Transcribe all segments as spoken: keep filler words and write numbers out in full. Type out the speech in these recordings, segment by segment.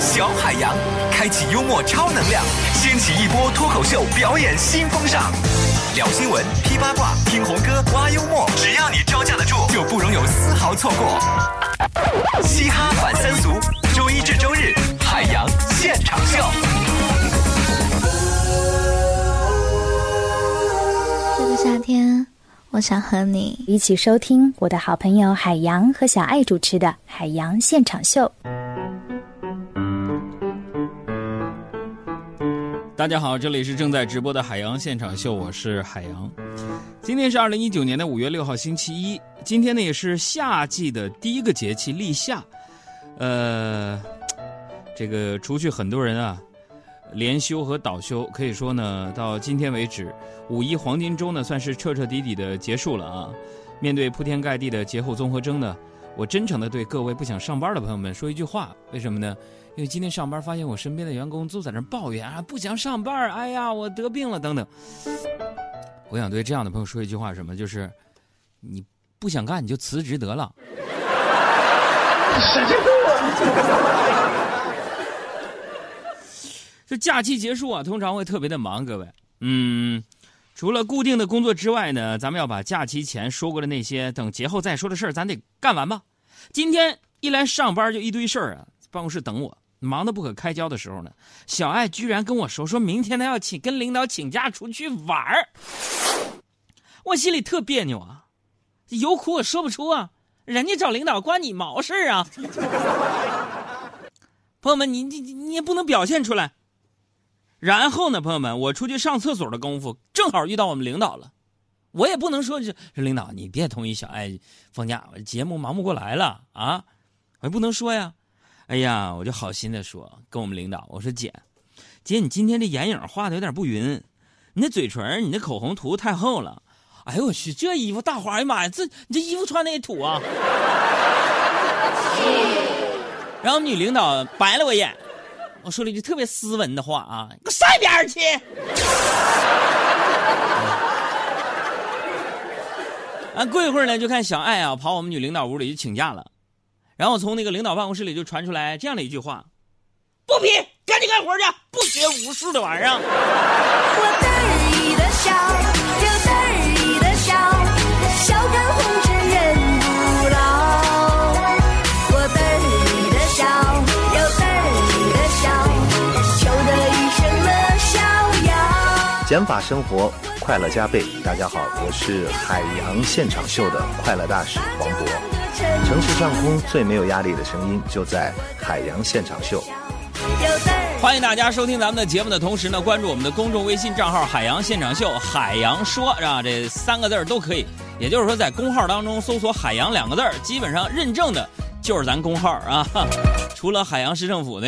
小海洋，开启幽默超能量，掀起一波脱口秀表演新风尚。聊新闻、批八卦、听红歌、挖幽默，只要你招架得住，就不容有丝毫错过。嘻哈反三俗，周一至周日，海洋现场秀。 这个夏天，我想和你一起收听我的好朋友海洋和小爱主持的《海洋现场秀》。 大家好，这里是正在直播的海洋现场秀，我是海洋。今天是二零一九年的五月六号星期一，今天呢也是夏季的第一个节气立夏。呃，这个除去很多人啊连休和倒休，可以说呢到今天为止，五一黄金周呢算是彻彻底底的结束了啊。面对铺天盖地的节后综合征呢，我真诚的对各位不想上班的朋友们说一句话，为什么呢？因为今天上班发现我身边的员工都在那抱怨啊，不想上班，哎呀，我得病了等等。我想对这样的朋友说一句话，什么？就是你不想干你就辞职得了。神经病！这假期结束啊，通常会特别的忙，各位。嗯，除了固定的工作之外呢，咱们要把假期前说过的那些等节后再说的事儿，咱得干完吧。今天一来上班就一堆事儿啊，办公室等我。忙得不可开交的时候呢，小爱居然跟我说说明天他要请跟领导请假出去玩儿，我心里特别扭啊，有苦我说不出啊，人家找领导关你毛事啊！朋友们，你你你也不能表现出来。然后呢，朋友们，我出去上厕所的功夫，正好遇到我们领导了，我也不能说是领导你别同意小爱放假，节目忙不过来了啊，我也不能说呀。哎呀，我就好心的说，跟我们领导我说姐，姐你今天这眼影画的有点不匀，你那嘴唇你那口红涂太厚了。哎呦我去，这衣服大花，哎呀妈呀，这你这衣服穿的也土啊。然后女领导白了我一眼，我说了一句特别斯文的话啊，你给我上一边去。啊，过一会儿呢，就看小爱啊跑我们女领导屋里去请假了。然后从那个领导办公室里就传出来这样的一句话：不批，赶紧干活去，不学无术的玩意儿。 我得意的笑，就得意的笑，笑看红尘人不老。我得意的笑，又得意的笑，求得一生乐逍遥。 减法生活，快乐加倍。大家好，我是海洋现场秀的快乐大使黄渤。城市上空最没有压力的声音，就在海洋现场秀。 欢迎大家收听咱们的节目的同时呢，关注我们的公众微信账号海洋现场秀，海洋说啊，这三个字都可以。也就是说在公号当中搜索海洋两个字，基本上认证的就是咱公号啊，除了海洋市政府的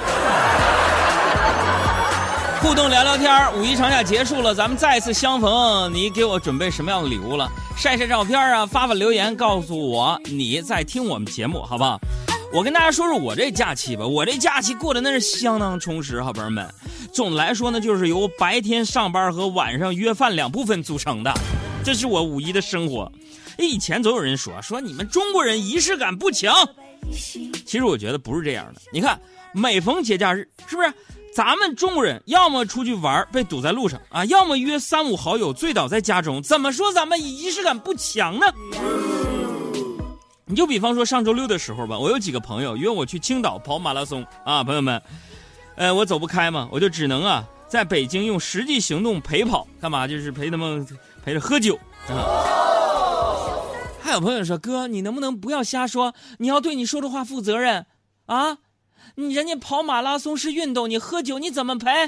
互动聊聊天。五一长假结束了，咱们再次相逢，你给我准备什么样的礼物了？晒晒照片啊，发发留言告诉我你在听我们节目，好不好？我跟大家说说我这假期吧，我这假期过得那是相当充实，好朋友们。总的来说呢，就是由白天上班和晚上约饭两部分组成的，这是我五一的生活。以前总有人说说你们中国人仪式感不强，其实我觉得不是这样的。你看每逢节假日，是不是咱们中国人要么出去玩被堵在路上啊，要么约三五好友醉倒在家中，怎么说咱们仪式感不强呢？你就比方说上周六的时候吧，我有几个朋友约我去青岛跑马拉松啊，朋友们，呃，我走不开嘛，我就只能啊在北京用实际行动陪跑，干嘛？就是陪他们陪着喝酒啊。还有朋友说，哥，你能不能不要瞎说？你要对你说的话负责任啊！你人家跑马拉松是运动，你喝酒你怎么陪？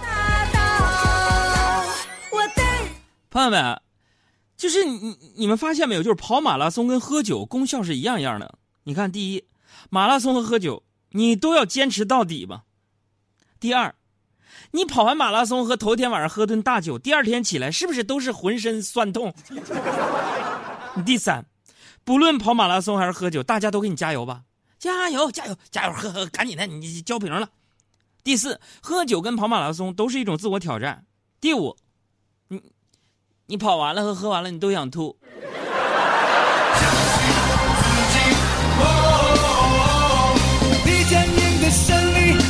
朋友们，就是你你们发现没有，就是跑马拉松跟喝酒功效是一样一样的。你看，第一，马拉松和喝酒你都要坚持到底吧。第二，你跑完马拉松和头天晚上喝顿大酒，第二天起来是不是都是浑身酸痛？第三，不论跑马拉松还是喝酒，大家都给你加油吧。加油加油加油，喝喝，赶紧的，你交瓶了。第四，喝酒跟跑马拉松都是一种自我挑战。第五，你你跑完了和喝完了你都想吐。 你坚硬的胜利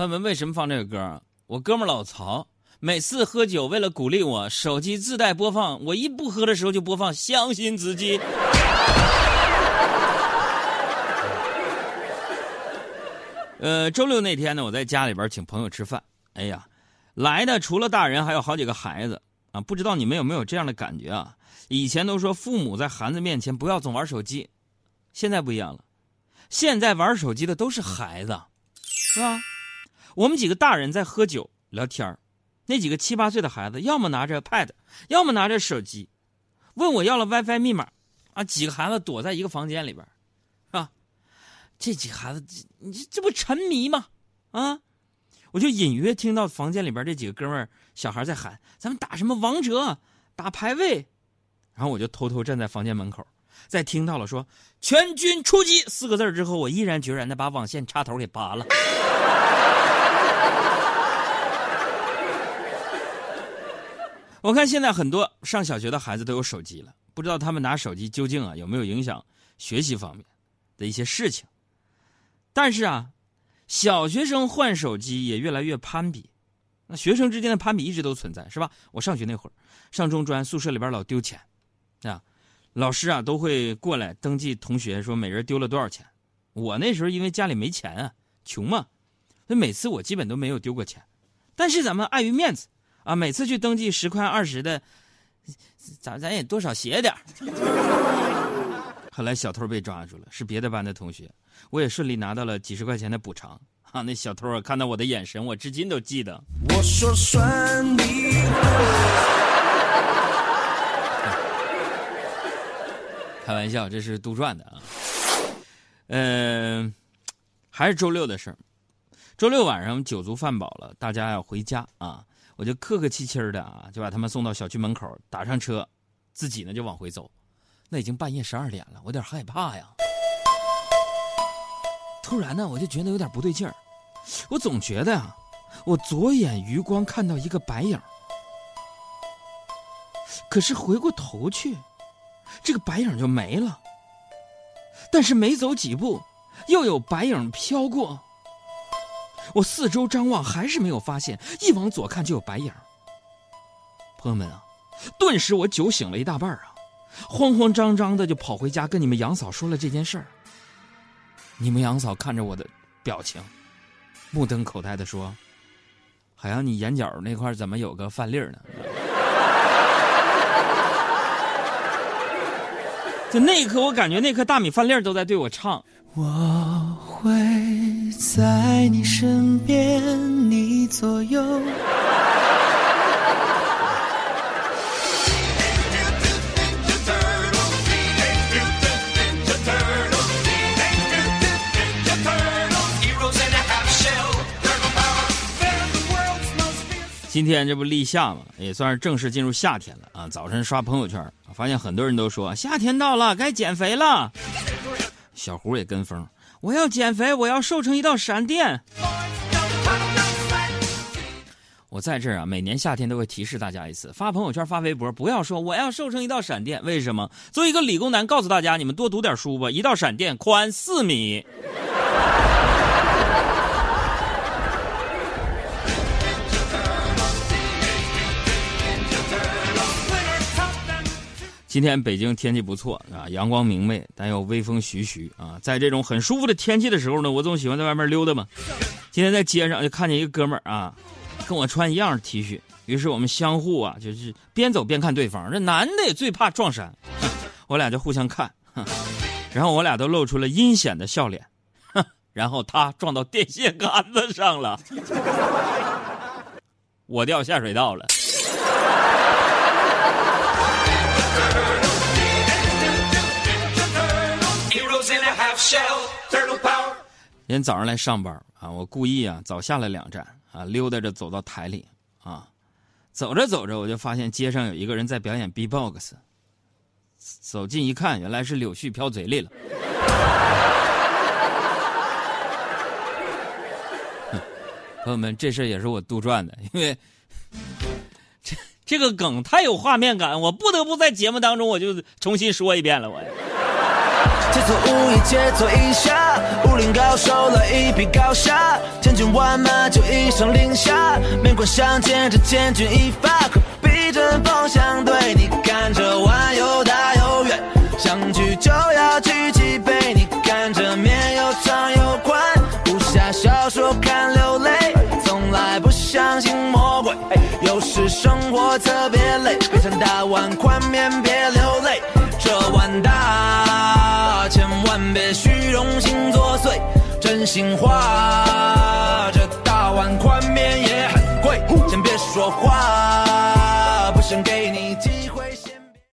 朋友们，为什么放这个歌？我哥们儿老曹每次喝酒，为了鼓励我，手机自带播放，我一不喝的时候就播放《相信自己》。呃，周六那天呢，我在家里边请朋友吃饭。哎呀，来的除了大人，还有好几个孩子啊！不知道你们有没有这样的感觉啊？以前都说父母在孩子面前不要总玩手机，现在不一样了，现在玩手机的都是孩子，是吧？我们几个大人在喝酒聊天，那几个七八岁的孩子，要么拿着 pad， 要么拿着手机，问我要了 WiFi 密码啊！几个孩子躲在一个房间里边，啊，这几个孩子，你这这不沉迷吗？啊！我就隐约听到房间里边这几个哥们儿小孩在喊：“咱们打什么王者，打排位。”然后我就偷偷站在房间门口，在听到了说“全军出击”四个字之后，我毅然决然的把网线插头给拔了。我看现在很多上小学的孩子都有手机了，不知道他们拿手机究竟啊有没有影响学习方面的一些事情。但是啊，小学生换手机也越来越攀比，那学生之间的攀比一直都存在，是吧？我上学那会儿，上中专，宿舍里边老丢钱，啊，老师啊都会过来登记同学，说每人丢了多少钱。我那时候因为家里没钱啊，穷嘛，所以每次我基本都没有丢过钱。但是咱们碍于面子啊，每次去登记十块二十的，咱咱也多少写点后来小偷被抓住了，是别的班的同学，我也顺利拿到了几十块钱的补偿啊！那小偷啊，看到我的眼神，我至今都记得。我说算你开玩笑，这是杜撰的啊。嗯、呃，还是周六的事儿。周六晚上酒足饭饱了，大家要回家啊，我就客客气气的啊，就把他们送到小区门口，打上车，自己呢就往回走。那已经半夜十二点了，我有点害怕呀。突然呢，我就觉得有点不对劲儿，我总觉得呀，我左眼余光看到一个白影，可是回过头去，这个白影就没了。但是没走几步，又有白影飘过。我四周张望，还是没有发现，一往左看就有白影。朋友们啊，顿时我酒醒了一大半啊。慌慌张张的就跑回家跟你们杨嫂说了这件事儿。你们杨嫂看着我的表情，目瞪口呆的说：“海洋，你眼角那块怎么有个饭粒儿呢？”就那一刻，我感觉那颗大米饭粒儿都在对我唱：“ 我会在你身边，你左右。” 今天这不立夏嘛，也算是正式进入夏天了啊！早晨刷朋友圈，发现很多人都说夏天到了，该减肥了。小胡也跟风，我要减肥，我要瘦成一道闪电。我在这儿啊，每年夏天都会提示大家一次，发朋友圈、发微博，不要说我要瘦成一道闪电。为什么？作为一个理工男，告诉大家，你们多读点书吧。一道闪电宽四米。今天北京天气不错啊，阳光明媚，但又微风徐徐啊。在这种很舒服的天气的时候呢，我总喜欢在外面溜达嘛。今天在街上就看见一个哥们儿啊，跟我穿一样的 T 恤，于是我们相互啊，就是边走边看对方。这男的也最怕撞衫，我俩就互相看，然后我俩都露出了阴险的笑脸，然后他撞到电线杆子上了，我掉下水道了。今天早上来上班啊，我故意啊早下了两站啊，溜达着走到台里啊，走着走着我就发现街上有一个人在表演 B-box， 走近一看，原来是柳絮飘嘴里了。朋友们，这事也是我杜撰的，因为这这个梗太有画面感，我不得不在节目当中我就重新说一遍了。我节奏无意节奏一下，无武林高手来一匹高下，千军万马就一声令下，面馆相见这千钧一发，可比针锋相对，你看这碗又大又圆，相聚就要举起杯，你看这面又长又宽，武侠小说看流泪，从来不相信魔鬼，有时生活特别累，别尝大碗宽面别流泪，这碗大千万别虚荣心作祟，真心话这大碗宽面也很贵，先别说话，不想给